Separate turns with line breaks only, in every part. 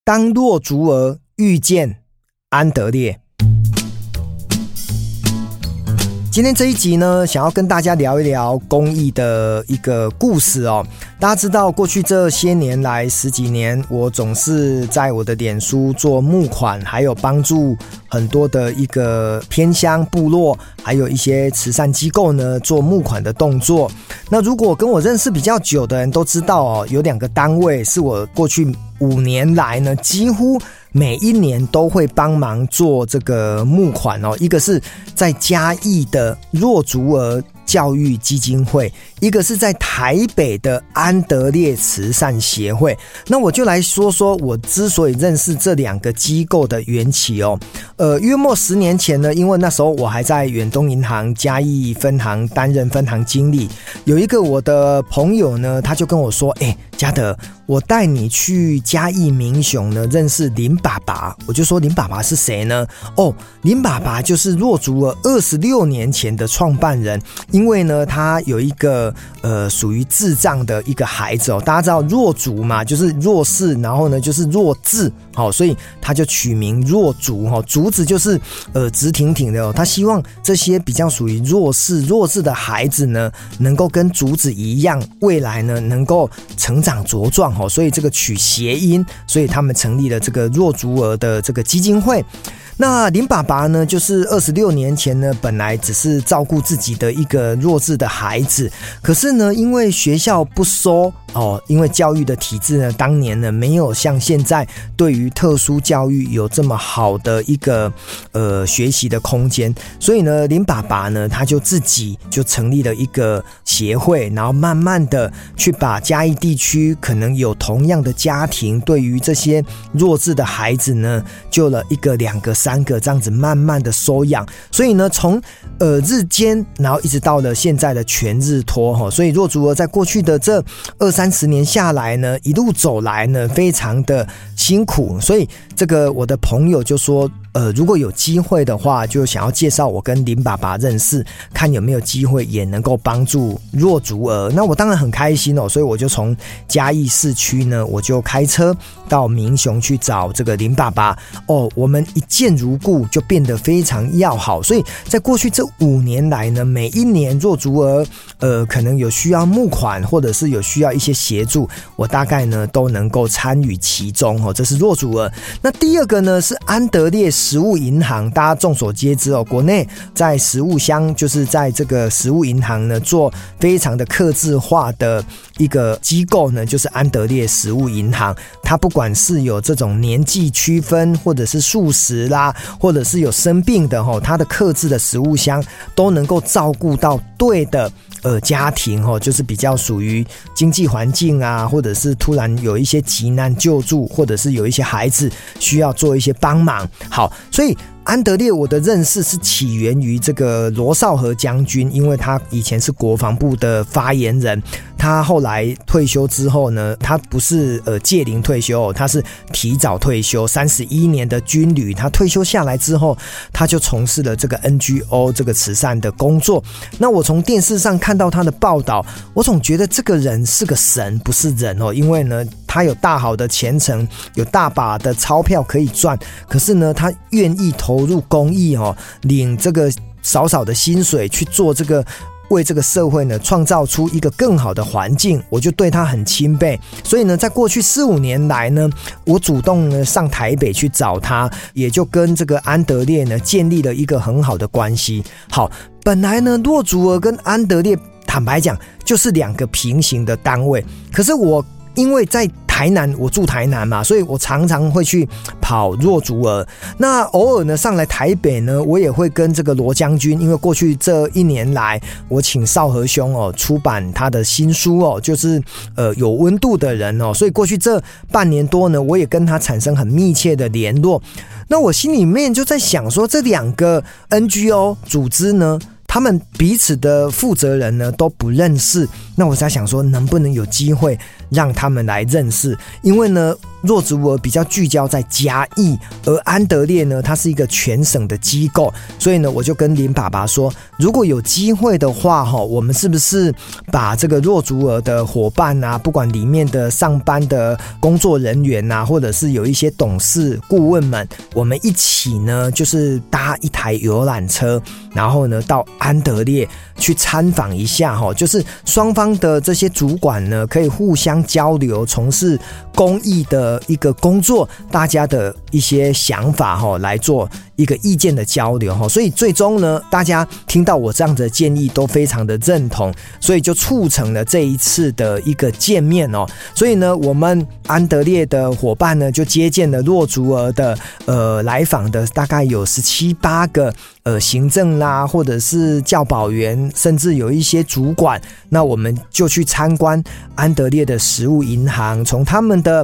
当若竹儿遇见安德烈。今天这一集呢，想要跟大家聊一聊公益的一个故事哦。大家知道，过去这些年来10几年，我总是在我的脸书做募款，还有帮助很多的一个偏乡部落，还有一些慈善机构呢做募款的动作。那如果跟我认识比较久的人都知道哦，有2个单位是我过去5年来呢，几乎每一年都会帮忙做这个募款哦。一个是在嘉义的若竹儿教育基金会，一个是在台北的安德烈慈善协会。那我就来说说我之所以认识这2个机构的缘起哦。约莫10年前呢，因为那时候我还在远东银行嘉义分行担任分行经理，有一个我的朋友呢，他就跟我说，嘉德，我带你去嘉义民雄呢认识林爸爸。我就说林爸爸是谁呢？林爸爸就是若竹儿26年前的创办人。因为呢，他有一个属于智障的一个孩子哦。大家知道弱竹嘛，就是弱势，然后呢就是弱智，所以他就取名弱竹竹子就是直挺挺的哦。他希望这些比较属于弱智的孩子呢，能够跟竹子一样，未来呢能够成长茁壮所以这个取谐音，所以他们成立了这个若竹儿的这个基金会。那林爸爸呢，就是26年前呢，本来只是照顾自己的一个弱智的孩子，可是呢，因为学校不收因为教育的体制呢，当年呢没有像现在对于特殊教育有这么好的一个学习的空间，所以呢，林爸爸呢他就自己就成立了一个协会，然后慢慢的去把嘉义地区可能有同样的家庭，对于这些弱智的孩子呢，就了1个、2个、3个这样子慢慢的收养，所以呢，从日间，然后一直到了现在的全日托所以若竹儿在过去的这20-30年下来呢，一路走来呢，非常的辛苦，所以这个我的朋友就说，如果有机会的话，就想要介绍我跟林爸爸认识，看有没有机会也能够帮助若竹儿。那我当然很开心所以我就从嘉义市区呢，我就开车到民雄去找这个林爸爸我们一见如故，就变得非常要好。所以在过去这5年来呢，每一年若竹儿可能有需要募款，或者是有需要一些协助，我大概呢都能够参与其中这是若竹儿。那第2个呢是安德烈食物银行，大家众所皆知国内在食物箱，就是在这个食物银行呢做非常的客制化的一个机构呢，就是安德烈食物银行。它不管是有这种年纪区分，或者是素食啦，或者是有生病的它的客制的食物箱都能够照顾到对的家庭就是比较属于经济环境啊，或者是突然有一些急难救助，或者是有一些孩子需要做一些帮忙。好，所以安德烈我的认识是起源于这个罗绍和将军，因为他以前是国防部的发言人，他后来退休之后呢，他不是届龄退休他是提早退休，31年的军旅，他退休下来之后，他就从事了这个 NGO 这个慈善的工作。那我从电视上看到他的报道，我总觉得这个人是个神，不是人因为呢，他有大好的前程，有大把的钞票可以赚，可是呢，他愿意投入公益领这个少少的薪水去做这个，为这个社会呢创造出一个更好的环境，我就对他很钦佩。所以呢，在过去4-5年来呢，我主动呢上台北去找他，也就跟这个安德烈呢建立了一个很好的关系。好，本来呢若竹儿跟安德烈坦白讲就是2个平行的单位，可是我因为在台南，我住台南嘛，所以我常常会去跑若竹儿。那偶尔呢上来台北呢，我也会跟这个罗将军，因为过去这1年来，我请少和兄出版他的新书就是有温度的人所以过去这半年多呢，我也跟他产生很密切的联络。那我心里面就在想说，这2个 NGO 组织呢，他们彼此的负责人呢都不认识， 那我在想说能不能有机会让他们来认识，因为呢若竹儿比较聚焦在嘉义，而安德烈呢它是一个全省的机构，所以呢我就跟林爸爸说，如果有机会的话我们是不是把这个若竹儿的伙伴啊，不管里面的上班的工作人员啊，或者是有一些董事顾问们，我们一起呢就是搭一台游览车，然后呢到安德烈去参访一下就是双方的这些主管呢可以互相交流，从事公益的一个工作，大家的一些想法来做一个意见的交流所以最终呢大家听到我这样的建议都非常的认同，所以就促成了这一次的一个见面所以呢我们安德烈的伙伴呢就接见了若竹儿的来访的大概有17、18个行政啦，或者是教保员，甚至有一些主管，那我们就去参观安德烈的食物银行，从他们的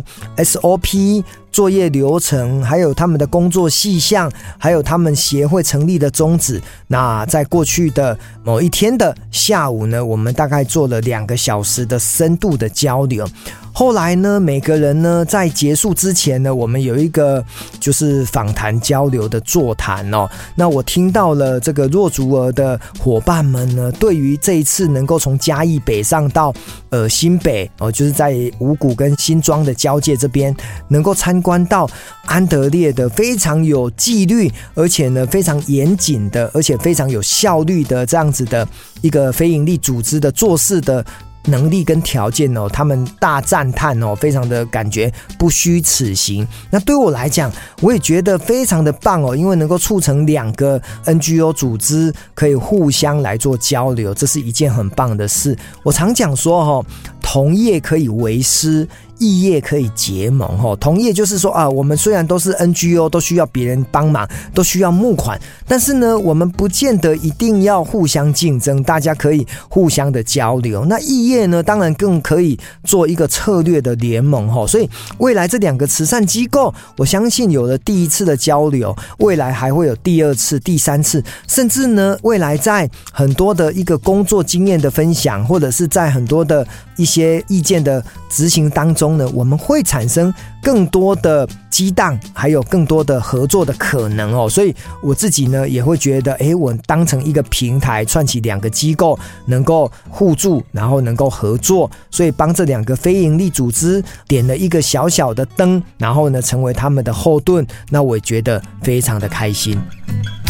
SOP 作业流程，还有他们的工作细项，还有他们协会成立的宗旨。那在过去的某一天的下午呢，我们大概做了2个小时的深度的交流。后来呢，每个人呢在结束之前呢，我们有一个就是访谈交流的座谈那我听到了这个若竹儿的伙伴们呢，对于这一次能够从嘉义北上到新北就是在五股跟新庄的交界这边，能够参观到安德烈的非常有纪律，而且呢非常严谨的，而且非常有效率的这样子的一个非营利组织的做事的能力跟条件他们大赞叹非常的感觉不虚此行。那对我来讲，我也觉得非常的棒因为能够促成2个 NGO 组织可以互相来做交流，这是一件很棒的事。我常讲说同业可以为师，异业可以结盟同业就是说我们虽然都是 NGO， 都需要别人帮忙，都需要募款，但是呢我们不见得一定要互相竞争，大家可以互相的交流。那异业呢当然更可以做一个策略的联盟所以未来这2个慈善机构，我相信有了第1次的交流，未来还会有第2次、第3次，甚至呢未来在很多的一个工作经验的分享，或者是在很多的一些意见的执行当中呢，我们会产生更多的激荡，还有更多的合作的可能所以我自己呢也会觉得我当成一个平台，串起2个机构能够互助，然后能够合作，所以帮这2个非营利组织点了一个小小的灯，然后呢成为他们的后盾，那我也觉得非常的开心。